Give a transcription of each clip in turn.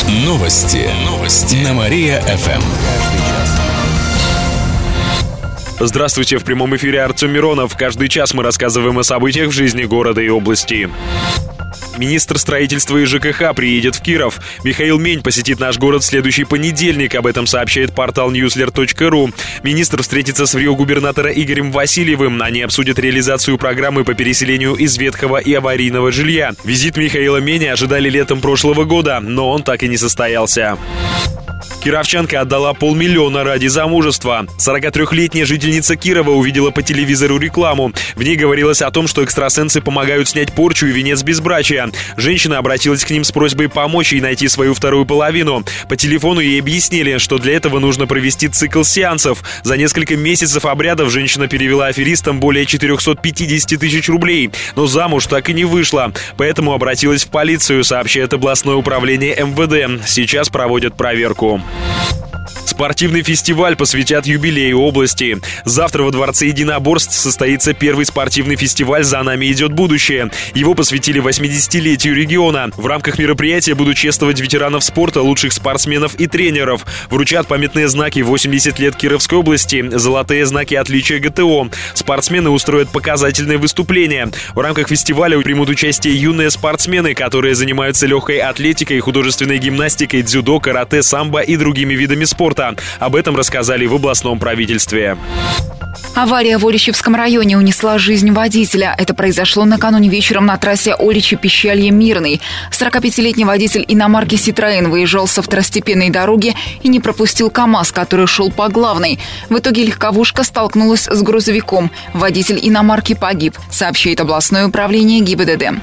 Новости на Мария-ФМ. Здравствуйте, в прямом эфире Артем Миронов. Каждый час мы рассказываем о событиях в жизни города и области. Министр строительства и ЖКХ приедет в Киров. Михаил Мень посетит наш город в следующий понедельник. Об этом сообщает портал newsler.ru. Министр встретится с губернатора Игорем Васильевым. Они обсудят реализацию программы по переселению из ветхого и аварийного жилья. Визит Михаила Меня ожидали летом прошлого года, но он так и не состоялся. Кировчанка отдала 500 000 ради замужества. 43-летняя жительница Кирова увидела по телевизору рекламу. В ней говорилось о том, что экстрасенсы помогают снять порчу и венец безбрачия. Женщина обратилась к ним с просьбой помочь ей найти свою вторую половину. По телефону ей объяснили, что для этого нужно провести цикл сеансов. За несколько месяцев обрядов женщина перевела аферистам более 450 тысяч рублей. Но замуж так и не вышла. Поэтому обратилась в полицию, сообщает областное управление МВД. Сейчас проводят проверку. Спортивный фестиваль посвятят юбилею области. Завтра во Дворце единоборств состоится первый спортивный фестиваль «За нами идет будущее». Его посвятили 80-летию региона. В рамках мероприятия будут чествовать ветеранов спорта, лучших спортсменов и тренеров. Вручат памятные знаки 80 лет Кировской области, золотые знаки отличия ГТО. Спортсмены устроят показательные выступления. В рамках фестиваля примут участие юные спортсмены, которые занимаются легкой атлетикой, художественной гимнастикой, дзюдо, карате, самбо и другими видами спорта. Об этом рассказали в областном правительстве. Авария в Оличевском районе унесла жизнь водителя. Это произошло накануне вечером на трассе Оличи-Пищалье-Мирный. 45-летний водитель иномарки «Ситроен» выезжал со второстепенной дороги и не пропустил КАМАЗ, который шел по главной. В итоге легковушка столкнулась с грузовиком. Водитель иномарки погиб, сообщает областное управление ГИБДД.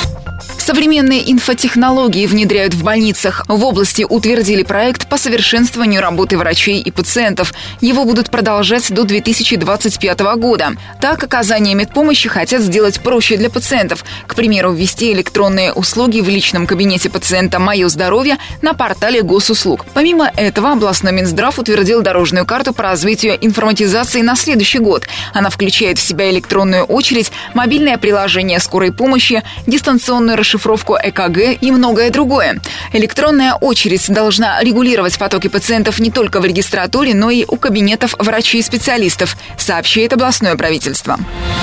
Современные инфотехнологии внедряют в больницах. В области утвердили проект по совершенствованию работы врачей и пациентов. Его будут продолжать до 2025 года. Так, оказание медпомощи хотят сделать проще для пациентов. К примеру, ввести электронные услуги в личном кабинете пациента «Мое здоровье» на портале госуслуг. Помимо этого, областной Минздрав утвердил дорожную карту по развитию информатизации на следующий год. Она включает в себя электронную очередь, мобильное приложение скорой помощи, дистанционную расшифровку ЭКГ и многое другое. Электронная очередь должна регулировать потоки пациентов не только в регистратуре, но и у кабинетов врачей и специалистов, сообщает областное правительство.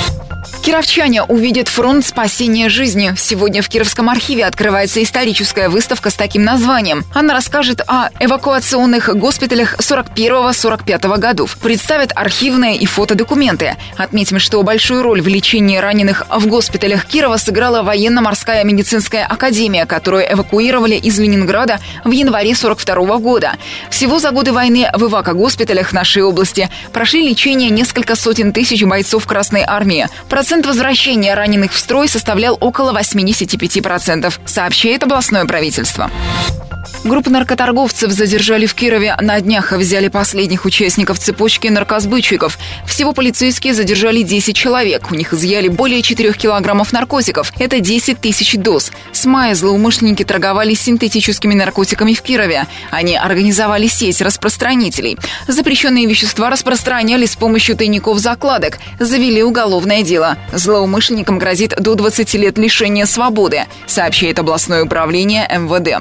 Кировчане увидят фронт спасения жизни. Сегодня в Кировском архиве открывается историческая выставка с таким названием. Она расскажет о эвакуационных госпиталях 41-45 годов. Представят архивные и фотодокументы. Отметим, что большую роль в лечении раненых в госпиталях Кирова сыграла военно-морская медицинская академия, которую эвакуировали из Ленинграда в январе 42 года. Всего за годы войны в эвако-госпиталях нашей области прошли лечение несколько сотен тысяч бойцов Красной армии. Процент возвращения раненых в строй составлял около 85%, сообщает областное правительство. Группу наркоторговцев задержали в Кирове. На днях взяли последних участников цепочки наркосбытчиков. Всего полицейские задержали 10 человек. У них изъяли более 4 килограммов наркотиков. Это 10 тысяч доз. С мая злоумышленники торговали синтетическими наркотиками в Кирове. Они организовали сеть распространителей. Запрещенные вещества распространяли с помощью тайников-закладок. Завели уголовное дело. Злоумышленникам грозит до 20 лет лишения свободы, сообщает областное управление МВД.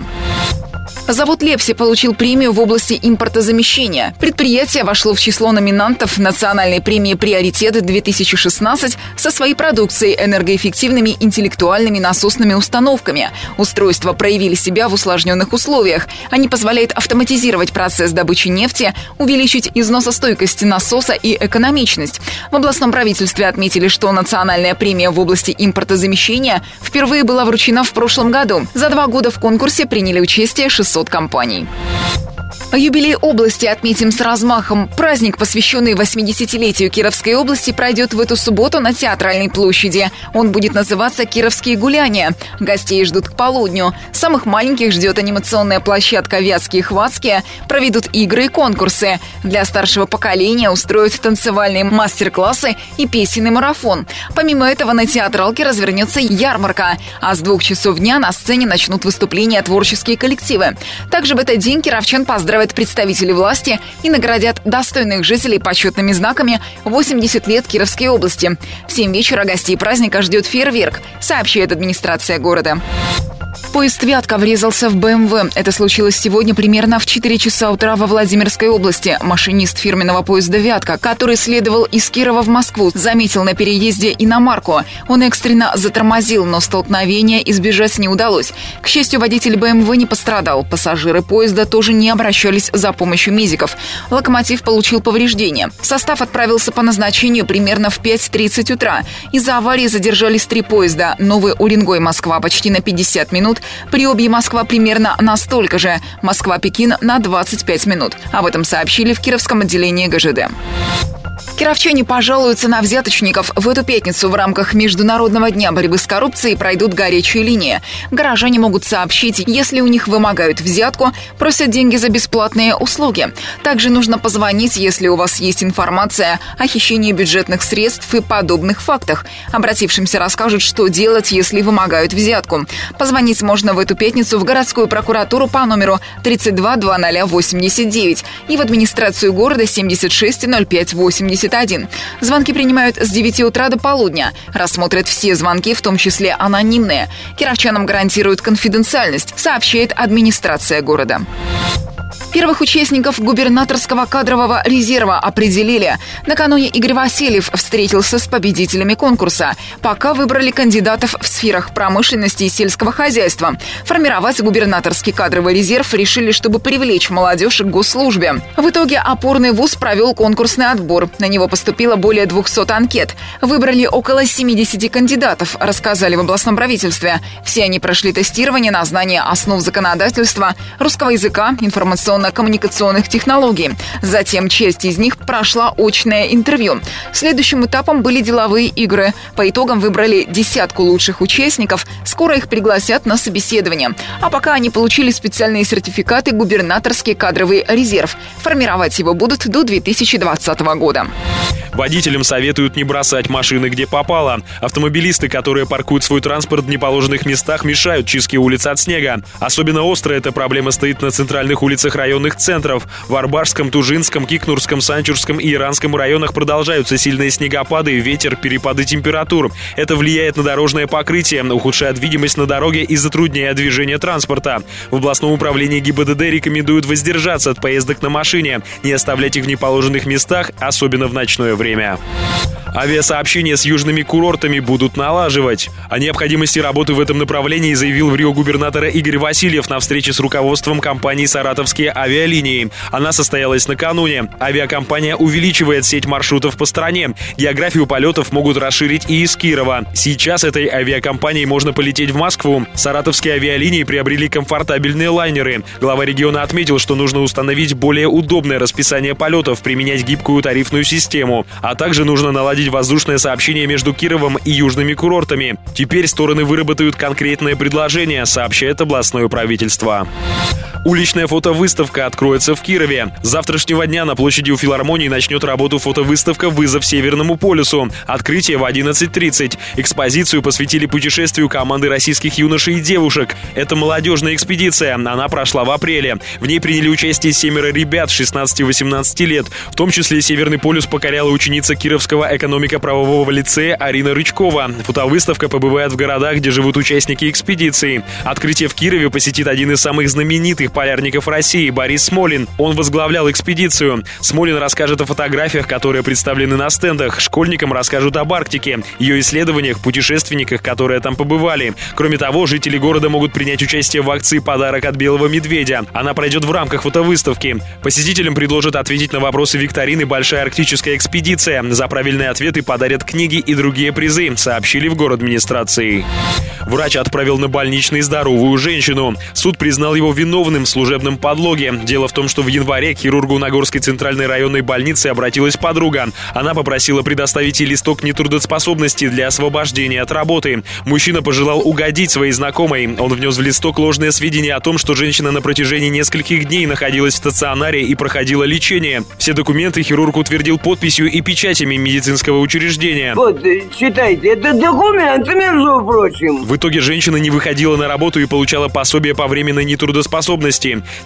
Завод «Лепси» получил премию в области импортозамещения. Предприятие вошло в число номинантов национальной премии «Приоритет-2016» со своей продукцией энергоэффективными интеллектуальными насосными установками. Устройства проявили себя в усложненных условиях. Они позволяют автоматизировать процесс добычи нефти, увеличить износостойкость насоса и экономичность. В областном правительстве отметили, что национальная премия в области импортозамещения впервые была вручена в прошлом году. За 2 года в конкурсе приняли участие 600 компаний. Юбилей области отметим с размахом. Праздник, посвященный 80-летию Кировской области, пройдет в эту субботу на Театральной площади. Он будет называться «Кировские гуляния». Гостей ждут к полудню. Самых маленьких ждет анимационная площадка «Вятские хватские». Проведут игры и конкурсы. Для старшего поколения устроят танцевальные мастер-классы и песенный марафон. Помимо этого на театралке развернется ярмарка. А с 2 часов дня на сцене начнут выступления творческие коллективы. Также в этот день кировчан поздравят представители власти и наградят достойных жителей почетными знаками 80 лет Кировской области. В 7 вечера гостей праздника ждет фейерверк, сообщает администрация города. Поезд «Вятка» врезался в БМВ. Это случилось сегодня примерно в 4 часа утра во Владимирской области. Машинист фирменного поезда «Вятка», который следовал из Кирова в Москву, заметил на переезде иномарку. Он экстренно затормозил, но столкновения избежать не удалось. К счастью, водитель БМВ не пострадал. Пассажиры поезда тоже не обращались за помощью медиков. Локомотив получил повреждения. Состав отправился по назначению примерно в 5:30 утра. Из-за аварии задержались 3 поезда. Новый Уренгой-Москва почти на 50 минут. Приобье-Москва примерно на столько же. Москва-Пекин на 25 минут. Об этом сообщили в Кировском отделении ГЖД. Кировчане пожалуются на взяточников. В эту пятницу в рамках Международного дня борьбы с коррупцией пройдут горячие линии. Горожане могут сообщить, если у них вымогают взятку, просят деньги за бесплатные услуги. Также нужно позвонить, если у вас есть информация о хищении бюджетных средств и подобных фактах. Обратившимся расскажут, что делать, если вымогают взятку. Позвонить можно в эту пятницу в городскую прокуратуру по номеру 320089 и в администрацию города 760581. Звонки принимают с 9 утра до полудня. Рассмотрят все звонки, в том числе анонимные. Кировчанам гарантируют конфиденциальность, сообщает администрация города. Первых участников губернаторского кадрового резерва определили. Накануне Игорь Васильев встретился с победителями конкурса. Пока выбрали кандидатов в сферах промышленности и сельского хозяйства. Формировать губернаторский кадровый резерв решили, чтобы привлечь молодежь к госслужбе. В итоге опорный вуз провел конкурсный отбор. На него поступило более 200 анкет. Выбрали около 70 кандидатов, рассказали в областном правительстве. Все они прошли тестирование на знание основ законодательства, русского языка, информационно-коммуникационных технологий. Затем часть из них прошла очное интервью. Следующим этапом были деловые игры. По итогам выбрали 10 лучших участников. Скоро их пригласят на собеседование. А пока они получили специальные сертификаты «Губернаторский кадровый резерв». Формировать его будут до 2020 года. Водителям советуют не бросать машины, где попало. Автомобилисты, которые паркуют свой транспорт в неположенных местах, мешают чистке улиц от снега. Особенно остро эта проблема стоит на центральных улицах районных центров. В Арбашском, Тужинском, Кикнурском, Санчурском и Иранском районах продолжаются сильные снегопады, ветер, перепады температур. Это влияет на дорожное покрытие, ухудшает видимость на дороге и затрудняет движение транспорта. В областном управлении ГИБДД рекомендуют воздержаться от поездок на машине, не оставлять их в неположенных местах, особенно в ночное время. Авиасообщения с южными курортами будут налаживать. О необходимости работы в этом направлении заявил в Рио губернатора Игорь Васильев на встрече с руководством компании «Саратовские авиалинии». Она состоялась накануне. Авиакомпания увеличивает сеть маршрутов по стране. Географию полетов могут расширить и из Кирова. Сейчас этой авиакомпанией можно полететь в Москву. Саратовские авиалинии приобрели комфортабельные лайнеры. Глава региона отметил, что нужно установить более удобное расписание полетов, применять гибкую тарифную систему. А также нужно наладить воздушное сообщение между Кировом и южными курортами. Теперь стороны выработают конкретное предложение, сообщает областное правительство. Уличная фотовыставка откроется в Кирове. С завтрашнего дня на площади у филармонии начнет работу фотовыставка «Вызов Северному полюсу». Открытие в 11:30. Экспозицию посвятили путешествию команды российских юношей и девушек. Это молодежная экспедиция. Она прошла в апреле. В ней приняли участие 7 ребят 16-18 лет. В том числе Северный полюс покоряла ученица Кировского экономико-правового лицея Арина Рычкова. Фотовыставка побывает в городах, где живут участники экспедиции. Открытие в Кирове посетит один из самых знаменитых полярников России Борис Смолин. Он возглавлял экспедицию. Смолин расскажет о фотографиях, которые представлены на стендах. Школьникам расскажут об Арктике, ее исследованиях, путешественниках, которые там побывали. Кроме того, жители города могут принять участие в акции «Подарок от белого медведя». Она пройдет в рамках фотовыставки. Посетителям предложат ответить на вопросы викторины «Большая арктическая экспедиция». За правильные ответы подарят книги и другие призы, сообщили в городадминистрации. Врач отправил на больничный здоровую женщину. Суд признал его виновным в служебном подлоге. Дело в том, что в январе к хирургу Нагорской центральной районной больницы обратилась подруга. Она попросила предоставить ей листок нетрудоспособности для освобождения от работы. Мужчина пожелал угодить своей знакомой. Он внес в листок ложные сведения о том, что женщина на протяжении нескольких дней находилась в стационаре и проходила лечение. Все документы хирург утвердил подписью и печатями медицинского учреждения. Вот, читайте, это документы, между прочим. В итоге женщина не выходила на работу и получала пособие по временной нетрудоспособности. Теперь хирург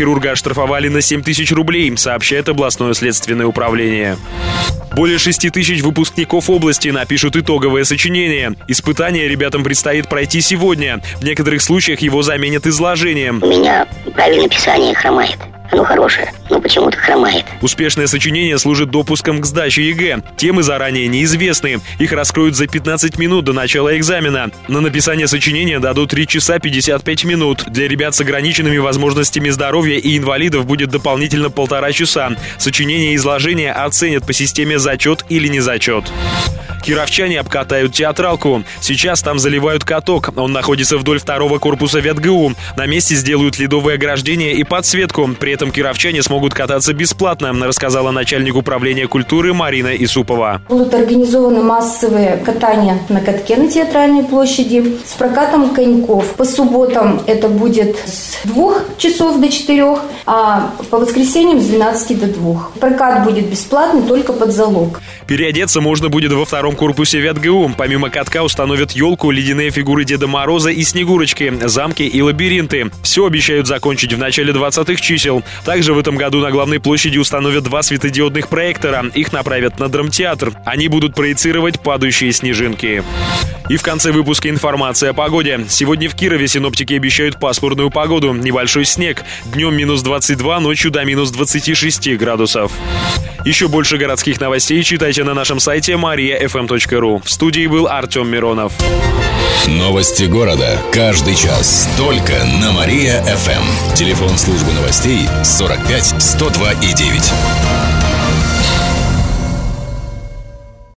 хирурга оштрафовали на 7 тысяч рублей, сообщает областное следственное управление. Более 6 тысяч выпускников области напишут итоговое сочинение. Испытание ребятам предстоит пройти сегодня. В некоторых случаях его заменят изложением. У меня правильное писание хромает. Оно хорошее, но почему-то хромает. Успешное сочинение служит допуском к сдаче ЕГЭ. Темы заранее неизвестны. Их раскроют за 15 минут до начала экзамена. На написание сочинения дадут 3 часа 55 минут. Для ребят с ограниченными возможностями здоровья и инвалидов будет дополнительно 1,5 часа. Сочинение и изложение оценят по системе зачет или не зачет. Кировчане обкатают театралку. Сейчас там заливают каток. Он находится вдоль 2-го корпуса ВятГУ. На месте сделают ледовое ограждение и подсветку. При этом кировчане смогут кататься бесплатно, рассказала начальник управления культуры Марина Исупова. Будут организованы массовые катания на катке на Театральной площади с прокатом коньков. По субботам это будет с 2 часов до 4, а по воскресеньям с 12 до 2. Прокат будет бесплатный только под залог. Переодеться можно будет во 2-м корпусе ВятГУ. Помимо катка установят елку, ледяные фигуры Деда Мороза и Снегурочки, замки и лабиринты. Все обещают закончить в начале 20-х чисел. Также в этом году на главной площади установят 2 светодиодных проектора. Их направят на драмтеатр. Они будут проецировать падающие снежинки. И в конце выпуска информация о погоде. Сегодня в Кирове синоптики обещают пасмурную погоду. Небольшой снег. Днем минус 22, ночью до минус 26 градусов. Еще больше городских новостей читайте на нашем сайте mariafm.ru. В студии был Артем Миронов. Новости города. Каждый час. Только на Мария-ФМ. Телефон службы новостей 45 102 и 9.